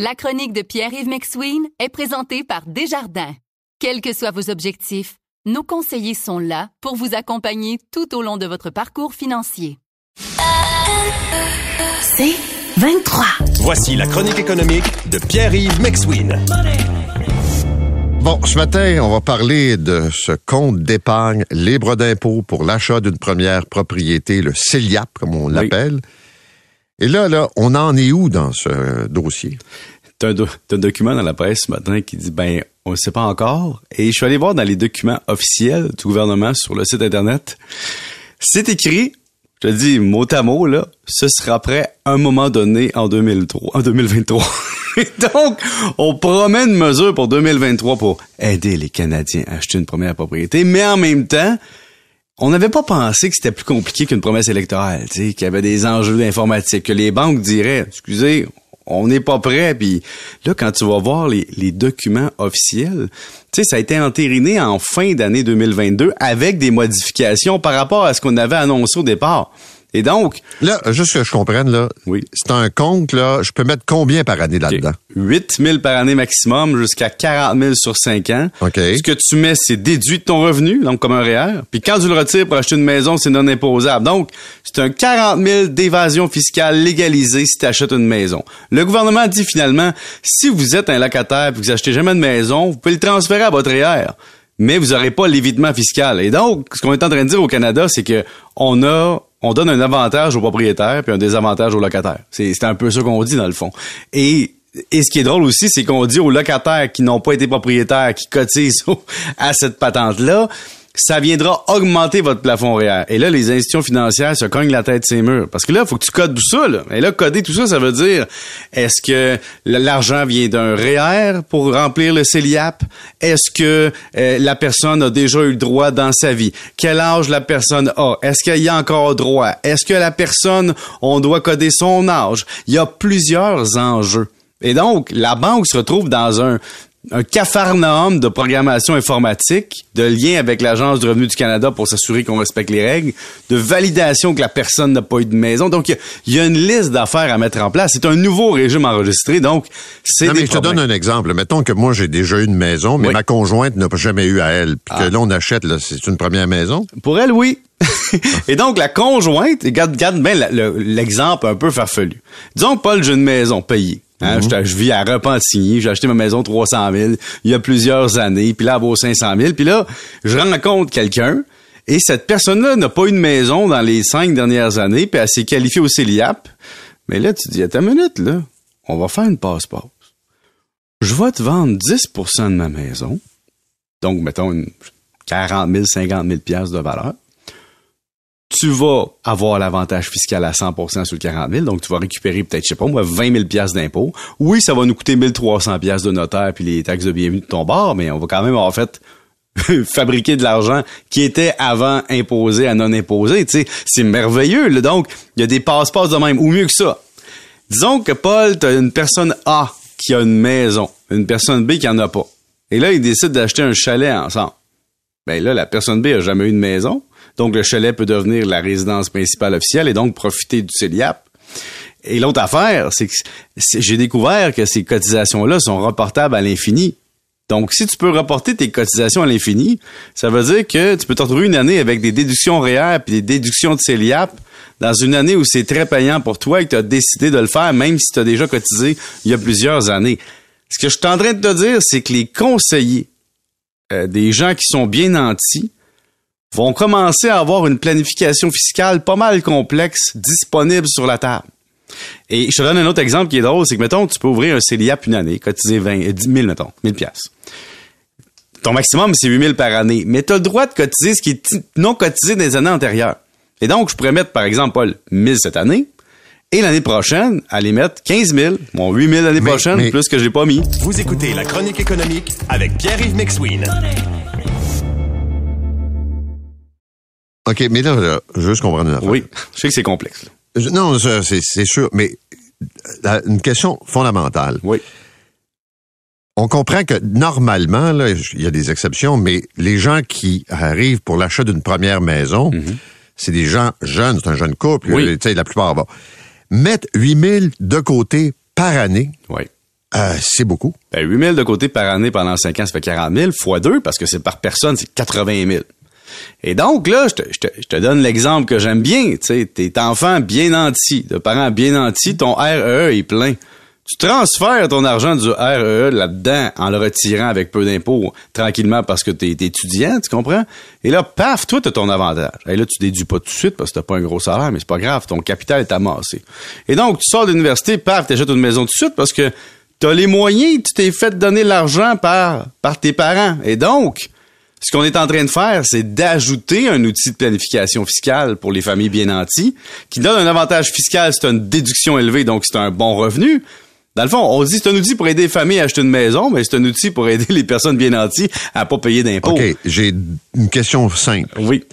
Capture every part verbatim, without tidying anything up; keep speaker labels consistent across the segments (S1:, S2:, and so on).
S1: La chronique de Pierre-Yves McSween est présentée par Desjardins. Quels que soient vos objectifs, nos conseillers sont là pour vous accompagner tout au long de votre parcours financier.
S2: C'est vingt-trois.
S3: Voici la chronique économique de Pierre-Yves McSween.
S4: Bon, ce matin, on va parler de ce compte d'épargne libre d'impôt pour l'achat d'une première propriété, le C E L I A P, comme on l'appelle. Oui. Et là, là, on en est où dans ce dossier?
S5: T'as un, do- t'as un document dans la presse ce matin qui dit, ben, on ne sait pas encore. Et je suis allé voir dans les documents officiels du gouvernement sur le site Internet. C'est écrit, je te dis mot à mot, là, ce sera prêt à un moment donné en deux mille trois, en deux mille vingt-trois. Et donc, on promet une mesure pour deux mille vingt-trois pour aider les Canadiens à acheter une première propriété, mais en même temps, on n'avait pas pensé que c'était plus compliqué qu'une promesse électorale, tu sais, qu'il y avait des enjeux d'informatique, que les banques diraient, excusez, on n'est pas prêt. Puis là, quand tu vas voir les, les documents officiels, tu sais, ça a été entériné en fin d'année deux mille vingt-deux avec des modifications par rapport à ce qu'on avait annoncé au départ. Et donc...
S4: Là, juste que je comprenne, là, oui. C'est un compte, là, je peux mettre combien par année là-dedans?
S5: Okay. huit mille par année maximum, jusqu'à quarante mille sur cinq ans.
S4: Okay.
S5: Ce que tu mets, c'est déduit de ton revenu, donc comme un R E E R. Puis quand tu le retires pour acheter une maison, c'est non imposable. Donc, c'est un quarante mille d'évasion fiscale légalisée si tu achètes une maison. Le gouvernement dit finalement, si vous êtes un locataire et que vous achetez jamais de maison, vous pouvez le transférer à votre R E E R. Mais vous n'aurez pas l'évitement fiscal. Et donc, ce qu'on est en train de dire au Canada, c'est que on a... on donne un avantage aux propriétaires puis un désavantage aux locataires. C'est, c'est un peu ça qu'on dit dans le fond. Et, et ce qui est drôle aussi, c'est qu'on dit aux locataires qui n'ont pas été propriétaires, qui cotisent à cette patente-là, ça viendra augmenter votre plafond R E E R. Et là, les institutions financières se cognent la tête ces murs. Parce que là, il faut que tu codes tout ça, là. Et là, coder tout ça, ça veut dire, est-ce que l'argent vient d'un R E E R pour remplir le C E L I A P? Est-ce que euh, la personne a déjà eu le droit dans sa vie? Quel âge la personne a? Est-ce qu'il y a encore droit? Est-ce que la personne, on doit coder son âge? Il y a plusieurs enjeux. Et donc, la banque se retrouve dans un... un capharnaüm de programmation informatique, de lien avec l'Agence du revenu du Canada pour s'assurer qu'on respecte les règles, de validation que la personne n'a pas eu de maison. Donc, il y, y a une liste d'affaires à mettre en place. C'est un nouveau régime enregistré, donc c'est
S4: non,
S5: des
S4: mais je
S5: problèmes.
S4: te donne un exemple. Mettons que moi, j'ai déjà eu une maison, mais oui. Ma conjointe n'a jamais eu à elle. Puis ah. que là, on achète, là, c'est une première maison?
S5: Pour elle, oui. Et donc, la conjointe, regarde, regarde bien la, le, l'exemple un peu farfelu. Disons que Paul, j'ai une maison payée. Hein, mm-hmm. je, je vis à Repentigny, j'ai acheté ma maison trois cent mille il y a plusieurs années, puis là, elle vaut cinq cent mille, puis là, je rencontre quelqu'un, et cette personne-là n'a pas eu de maison dans les cinq dernières années, puis elle s'est qualifiée au C E L I A P. Mais là, tu dis, attends une minute, là, on va faire une passe-passe. Je vais te vendre dix pour cent de ma maison, donc, mettons, une quarante mille, cinquante mille piastres de valeur. Tu vas avoir l'avantage fiscal à cent pour cent sur le quarante mille, donc tu vas récupérer peut-être, je sais pas moi, vingt mille piastres d'impôts. Oui, ça va nous coûter mille trois cents piastres de notaire puis les taxes de bienvenue de ton bar, mais on va quand même avoir fait fabriquer de l'argent qui était avant imposé à non imposé. Tu sais, c'est merveilleux, là. Donc, il y a des passe-passe de même, ou mieux que ça. Disons que Paul, t'as une personne A qui a une maison, une personne B qui en a pas. Et là, ils décident d'acheter un chalet ensemble. Ben là, la personne B a jamais eu de maison. Donc, le chalet peut devenir la résidence principale officielle et donc profiter du C E L I A P. Et l'autre affaire, c'est que c'est, j'ai découvert que ces cotisations-là sont reportables à l'infini. Donc, si tu peux reporter tes cotisations à l'infini, ça veut dire que tu peux te retrouver une année avec des déductions R E E R puis des déductions de C E L I A P dans une année où c'est très payant pour toi et que tu as décidé de le faire, même si tu as déjà cotisé il y a plusieurs années. Ce que je suis en train de te dire, c'est que les conseillers, euh, des gens qui sont bien nantis, vont commencer à avoir une planification fiscale pas mal complexe disponible sur la table. Et je te donne un autre exemple qui est drôle, c'est que, mettons, tu peux ouvrir un C E L I A P une année, cotiser vingt, dix mille, mettons, mille piastres. Ton maximum, c'est huit mille par année, mais tu as le droit de cotiser ce qui est non cotisé dans les années antérieures. Et donc, je pourrais mettre, par exemple, Paul, mille cette année, et l'année prochaine, aller mettre quinze mille, bon, huit mille l'année mais, prochaine, mais... plus que j'ai pas mis.
S3: Vous écoutez La Chronique économique avec Pierre-Yves McSween.
S4: OK, mais là, là juste comprendre une affaire.
S5: Oui, je sais que c'est complexe.
S4: Je, non, c'est, c'est sûr, mais la, une question fondamentale.
S5: Oui.
S4: On comprend que normalement, là, il y a des exceptions, mais les gens qui arrivent pour l'achat d'une première maison, mm-hmm. c'est des gens jeunes, c'est un jeune couple,
S5: oui.
S4: tu sais, la plupart vont mettre huit mille de côté par année.
S5: Oui.
S4: Euh, c'est beaucoup.
S5: Ben, huit mille de côté par année pendant cinq ans, ça fait quarante mille fois deux, parce que c'est par personne, c'est quatre-vingt mille. Et donc, là, je te, je te, je te donne l'exemple que j'aime bien. Tu sais, t'es enfant bien nanti, de parents bien nantis, ton R E E est plein. Tu transfères ton argent du R E E là-dedans en le retirant avec peu d'impôts, tranquillement parce que t'es, t'es étudiant, tu comprends? Et là, paf, toi, t'as ton avantage. Et là, tu déduis pas tout de suite parce que t'as pas un gros salaire, mais c'est pas grave, ton capital est amassé. Et donc, tu sors de l'université, paf, t'achètes une maison tout de suite parce que t'as les moyens, tu t'es fait donner l'argent par, par tes parents. Et donc, ce qu'on est en train de faire, c'est d'ajouter un outil de planification fiscale pour les familles bien nanties, qui donne un avantage fiscal, c'est une déduction élevée, donc c'est un bon revenu. Dans le fond, on dit que c'est un outil pour aider les familles à acheter une maison, mais c'est un outil pour aider les personnes bien nanties à pas payer d'impôts.
S4: OK, j'ai une question simple.
S5: Oui.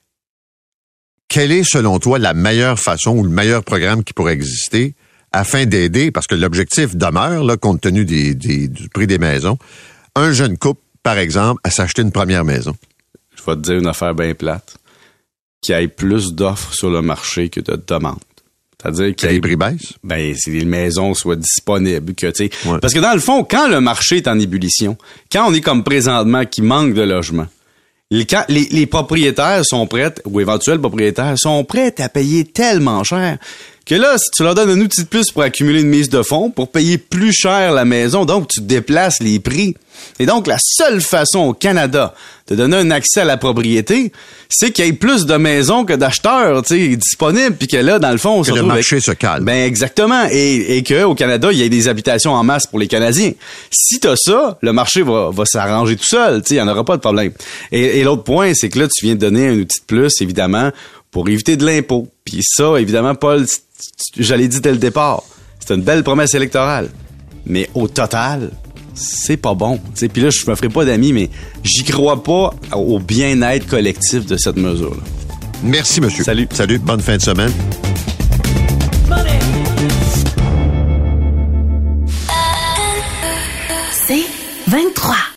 S4: Quelle est, selon toi, la meilleure façon ou le meilleur programme qui pourrait exister afin d'aider, parce que l'objectif demeure, là, compte tenu des, des, du prix des maisons, un jeune couple, par exemple, à s'acheter une première maison?
S5: Je vais te dire une affaire bien plate. Qu'il y ait plus d'offres sur le marché que de demandes. C'est-à-dire que
S4: les prix baissent?
S5: Ben, c'est les maisons soient disponibles, que tu sais.
S4: Ouais.
S5: Parce que dans le fond, quand le marché est en ébullition, quand on est comme présentement qui manque de logements, les, quand les, les propriétaires sont prêts, ou éventuels propriétaires, sont prêts à payer tellement cher que là, si tu leur donnes un outil de plus pour accumuler une mise de fonds, pour payer plus cher la maison, donc tu déplaces les prix. Et donc, la seule façon au Canada de donner un accès à la propriété, c'est qu'il y ait plus de maisons que d'acheteurs, tu sais, disponibles, puis que là, dans le fond, on
S4: que
S5: se
S4: le
S5: retrouve
S4: marché
S5: avec...
S4: se calme.
S5: Ben exactement, et, et qu'au Canada, il y ait des habitations en masse pour les Canadiens. Si t'as ça, le marché va, va s'arranger tout seul, tu sais, il n'y en aura pas de problème. Et, et l'autre point, c'est que là, tu viens de donner un outil de plus, évidemment, pour éviter de l'impôt. Puis ça, évidemment, Paul, j'allais dire dès le départ, c'est une belle promesse électorale. Mais au total, c'est pas bon. Puis là, je me ferai pas d'amis, mais j'y crois pas au bien-être collectif de cette mesure-là.
S4: Merci, monsieur.
S5: Salut.
S4: Salut, bonne fin de semaine.
S2: C'est vingt-trois.